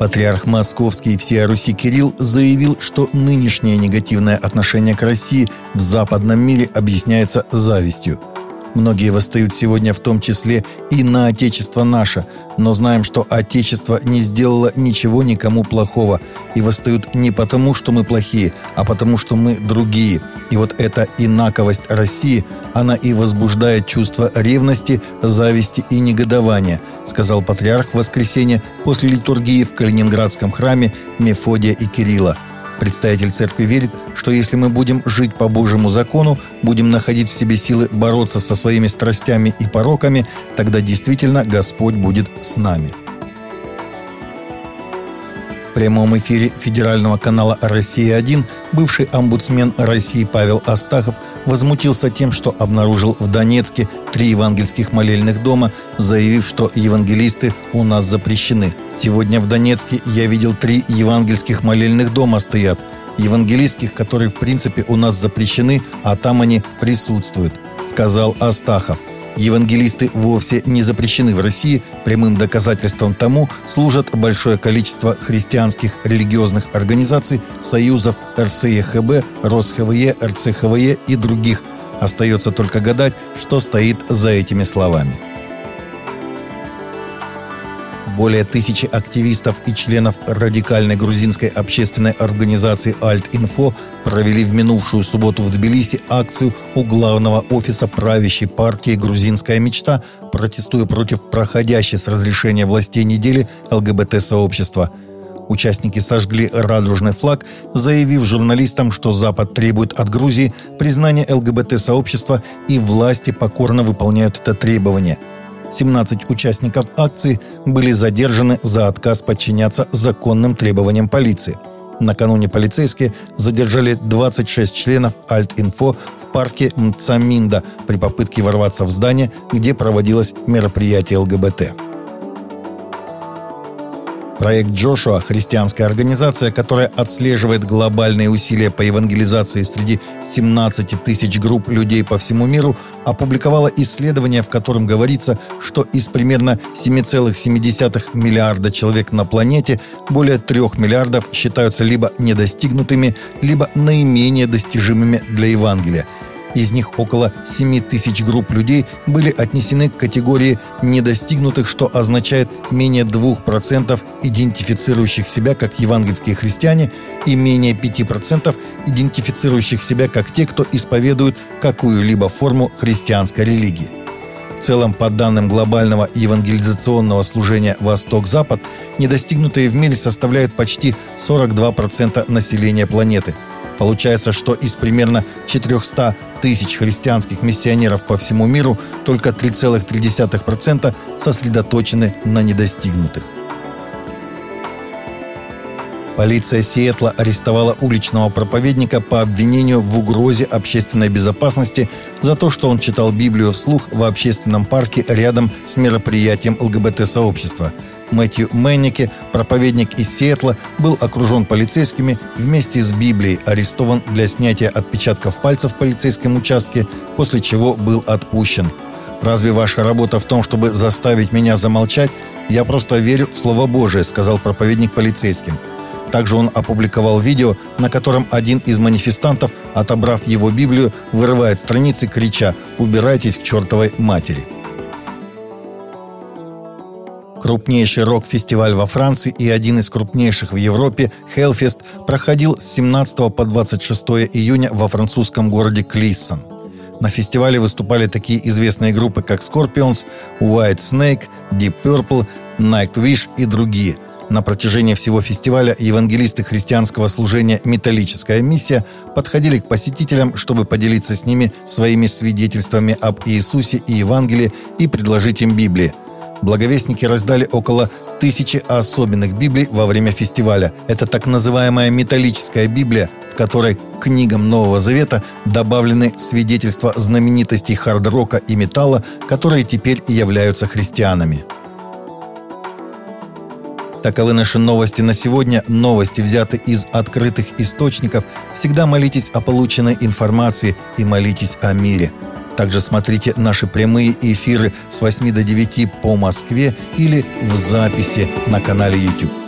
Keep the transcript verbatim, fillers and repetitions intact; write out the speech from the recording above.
Патриарх Московский и всея Руси Кирилл заявил, что нынешнее негативное отношение к России в западном мире объясняется завистью. Многие восстают сегодня в том числе и на Отечество наше, но знаем, что Отечество не сделало ничего никому плохого, и восстают не потому, что мы плохие, а потому, что мы другие. И вот эта инаковость России, она и возбуждает чувство ревности, зависти и негодования, сказал патриарх в воскресенье после литургии в Калининградском храме Мефодия и Кирилла. Представитель церкви верит, что если мы будем жить по Божьему закону, будем находить в себе силы бороться со своими страстями и пороками, тогда действительно Господь будет с нами. В прямом эфире федерального канала «Россия-один» бывший омбудсмен России Павел Астахов возмутился тем, что обнаружил в Донецке три евангельских молельных дома, заявив, что евангелисты у нас запрещены. «Сегодня в Донецке я видел три евангельских молельных дома стоят, евангелистских, которые в принципе у нас запрещены, а там они присутствуют», — сказал Астахов. Евангелисты вовсе не запрещены в России. Прямым доказательством тому служат большое количество христианских религиозных организаций, союзов эр эс е ха бэ, рос ха вэ е, эр цэ ха вэ е и других. Остается только гадать, что стоит за этими словами. Более тысячи активистов и членов радикальной грузинской общественной организации «Альт-Инфо» провели в минувшую субботу в Тбилиси акцию у главного офиса правящей партии «Грузинская мечта», протестуя против проходящей с разрешения властей недели эл гэ бэ тэ-сообщества. Участники сожгли радужный флаг, заявив журналистам, что Запад требует от Грузии признания эл гэ бэ тэ-сообщества, и власти покорно выполняют это требование. семнадцать участников акции были задержаны за отказ подчиняться законным требованиям полиции. Накануне полицейские задержали двадцать шесть членов «Альт-Инфо» в парке Мцаминда при попытке ворваться в здание, где проводилось мероприятие эл гэ бэ тэ. Проект «Джошуа» – христианская организация, которая отслеживает глобальные усилия по евангелизации среди семнадцати тысяч групп людей по всему миру, опубликовала исследование, в котором говорится, что из примерно семь целых семь десятых миллиарда человек на планете более трех миллиардов считаются либо недостигнутыми, либо наименее достижимыми для Евангелия. Из них около семь тысяч групп людей были отнесены к категории недостигнутых, что означает менее двух процентов идентифицирующих себя как евангельские христиане и менее пяти процентов идентифицирующих себя как те, кто исповедует какую-либо форму христианской религии. В целом, по данным глобального евангелизационного служения «Восток-Запад», недостигнутые в мире составляют почти сорок два процента населения планеты. Получается, что из примерно четырехсот тысяч христианских миссионеров по всему миру только три целых три десятых процента сосредоточены на недостигнутых. Полиция Сиэтла арестовала уличного проповедника по обвинению в угрозе общественной безопасности за то, что он читал Библию вслух в общественном парке рядом с мероприятием эл гэ бэ тэ-сообщества. Мэтью Мэннике, проповедник из Сиэтла, был окружен полицейскими вместе с Библией, арестован для снятия отпечатков пальцев в полицейском участке, после чего был отпущен. «Разве ваша работа в том, чтобы заставить меня замолчать? Я просто верю в Слово Божие», — сказал проповедник полицейским. Также он опубликовал видео, на котором один из манифестантов, отобрав его Библию, вырывает страницы, крича «Убирайтесь к чертовой матери». Крупнейший рок-фестиваль во Франции и один из крупнейших в Европе, Hellfest, проходил с семнадцатого по двадцать шестое июня во французском городе Клиссон. На фестивале выступали такие известные группы, как Scorpions, White Snake, Deep Purple, Nightwish и другие. На протяжении всего фестиваля евангелисты христианского служения «Металлическая миссия» подходили к посетителям, чтобы поделиться с ними своими свидетельствами об Иисусе и Евангелии и предложить им Библии. Благовестники раздали около тысячи особенных Библий во время фестиваля. Это так называемая металлическая Библия, в которой к книгам Нового Завета добавлены свидетельства знаменитостей хард-рока и металла, которые теперь являются христианами. Таковы наши новости на сегодня. Новости взяты из открытых источников. Всегда молитесь о полученной информации и молитесь о мире. Также смотрите наши прямые эфиры с восьми до девяти по Москве или в записи на канале YouTube.